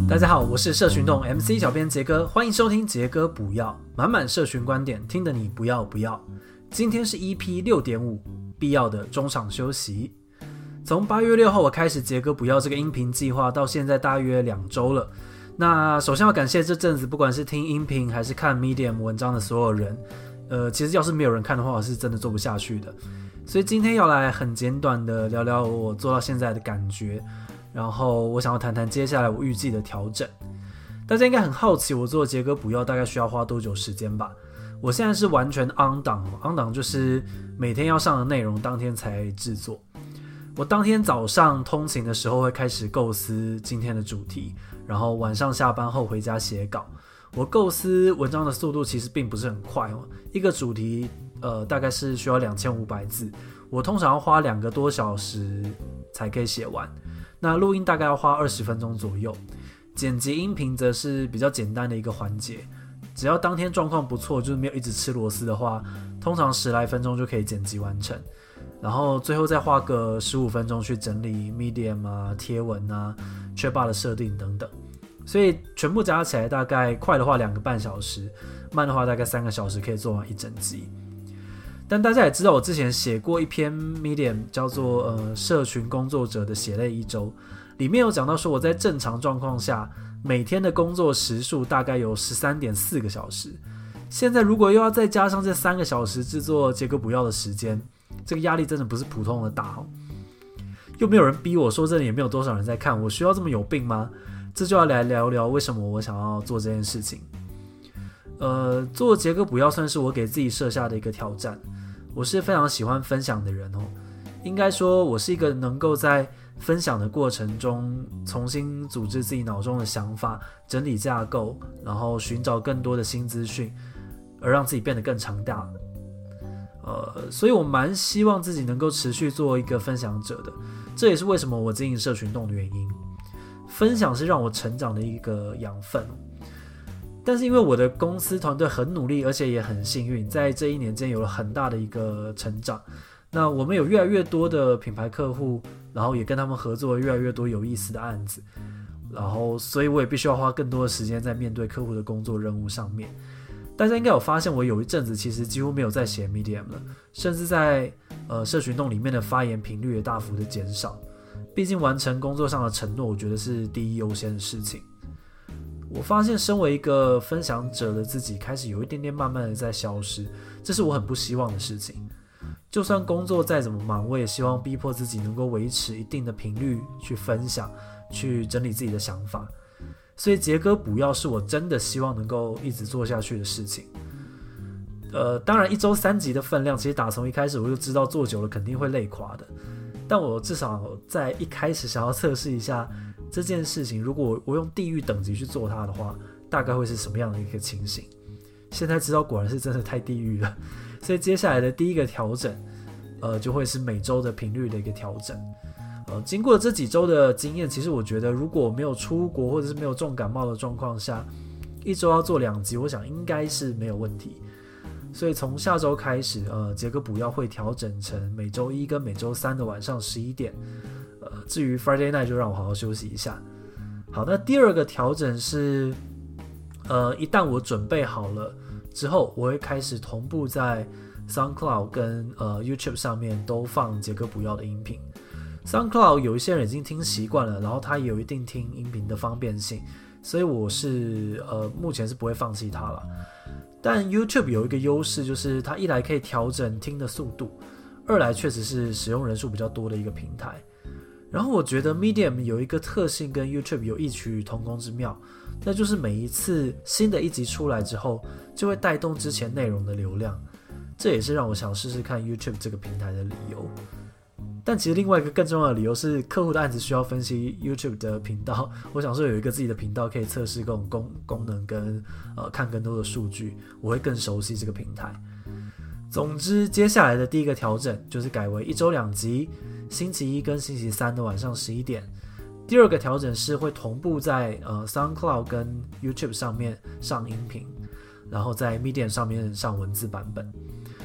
大家好，我是社群洞 MC 小编杰哥，欢迎收听杰哥不要，满满社群观点，听得你不要不要。今天是 EP 6.5， 必要的中场休息。从8月6号我开始杰哥不要这个音频计划，到现在大约2周了。那首先要感谢这阵子不管是听音频还是看 Medium 文章的所有人，其实要是没有人看的话，我是真的做不下去的。所以今天要来很简短的聊聊我做到现在的感觉，然后我想要谈谈接下来我预计的调整。大家应该很好奇我做杰哥不要大概需要花多久时间吧？我现在是完全 on 档，on 档就是每天要上的内容当天才制作。我当天早上通勤的时候会开始构思今天的主题，然后晚上下班后回家写稿。我构思文章的速度其实并不是很快哦，一个主题大概是需要2500字，我通常要花2个多小时才可以写完。那录音大概要花20分钟左右，剪辑音频则是比较简单的一个环节，只要当天状况不错，就是没有一直吃螺丝的话，通常10来分钟就可以剪辑完成。然后最后再花个15分钟去整理 Medium 啊、贴文啊、缺霸的设定等等。所以全部加起来大概快的话2个半小时，慢的话大概3个小时可以做完一整集。但大家也知道我之前写过一篇 Medium 叫做社群工作者的血泪1周，里面有讲到说我在正常状况下每天的工作时数大概有 13.4 个小时，现在如果又要再加上这3个小时制作杰哥不要的时间，这个压力真的不是普通的大哦。又没有人逼我，说真的也没有多少人在看，我需要这么有病吗？这就要来聊聊为什么我想要做这件事情。做杰哥不要算是我给自己设下的一个挑战。我是非常喜欢分享的人哦，应该说我是一个能够在分享的过程中重新组织自己脑中的想法，整理架构，然后寻找更多的新资讯，而让自己变得更强大。所以我蛮希望自己能够持续做一个分享者的，这也是为什么我经营社群洞的原因。分享是让我成长的一个养分，但是因为我的公司团队很努力，而且也很幸运，在这1年间有了很大的一个成长。那我们有越来越多的品牌客户，然后也跟他们合作越来越多有意思的案子，然后所以我也必须要花更多的时间在面对客户的工作任务上面。大家应该有发现，我有一阵子其实几乎没有在写 Medium 了，甚至在社群洞里面的发言频率也大幅的减少。毕竟完成工作上的承诺，我觉得是第一优先的事情。我发现身为一个分享者的自己开始有一点点慢慢的在消失，这是我很不希望的事情。就算工作再怎么忙，我也希望逼迫自己能够维持一定的频率去分享，去整理自己的想法。所以杰哥不要是我真的希望能够一直做下去的事情。当然1周3集的分量，其实打从一开始我就知道做久了肯定会累垮的，但我至少在一开始想要测试一下这件事情，如果我用地狱等级去做它的话，大概会是什么样的一个情形。现在知道果然是真的太地狱了，所以接下来的第一个调整就会是每周的频率的一个调整。经过这几周的经验，其实我觉得如果没有出国或者是没有重感冒的状况下，1周要做2集，我想应该是没有问题。所以从下周开始杰哥不要会调整成每周1跟每周3的晚上11点。至于 Friday night 就让我好好休息一下。好，那第二个调整是一旦我准备好了之后，我会开始同步在 SoundCloud 跟YouTube 上面都放杰哥不要的音频。SoundCloud 有一些人已经听习惯了，然后它也有一定听音频的方便性，所以我是目前是不会放弃它了。但 YouTube 有一个优势，就是它一来可以调整听的速度，二来确实是使用人数比较多的一个平台。然后我觉得 Medium 有一个特性跟 YouTube 有异曲同工之妙，那就是每一次新的一集出来之后，就会带动之前内容的流量，这也是让我想试试看 YouTube 这个平台的理由。但其实另外一个更重要的理由是，客户的案子需要分析 YouTube 的频道，我想说有一个自己的频道可以测试各种功能跟看更多的数据，我会更熟悉这个平台。总之，接下来的第一个调整就是改为1周2集，星期1跟星期3的晚上11点。第二个调整是会同步在SoundCloud 跟 YouTube 上面上音频，然后在 Medium 上面上文字版本。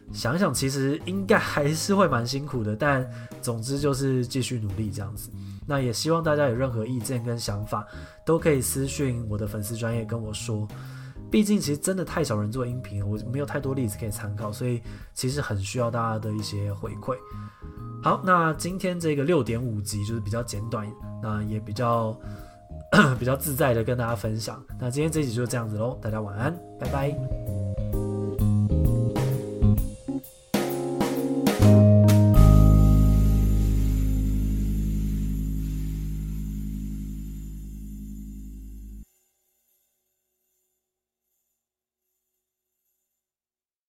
想一想其实应该还是会蛮辛苦的，但总之就是继续努力这样子。那也希望大家有任何意见跟想法都可以私讯我的粉丝专页跟我说，毕竟其实真的太少人做音频了，我没有太多例子可以参考，所以其实很需要大家的一些回馈。好，那今天这个6.5集就是比较简短，那也比较自在的跟大家分享。那今天这一集就这样子咯，大家晚安，拜拜。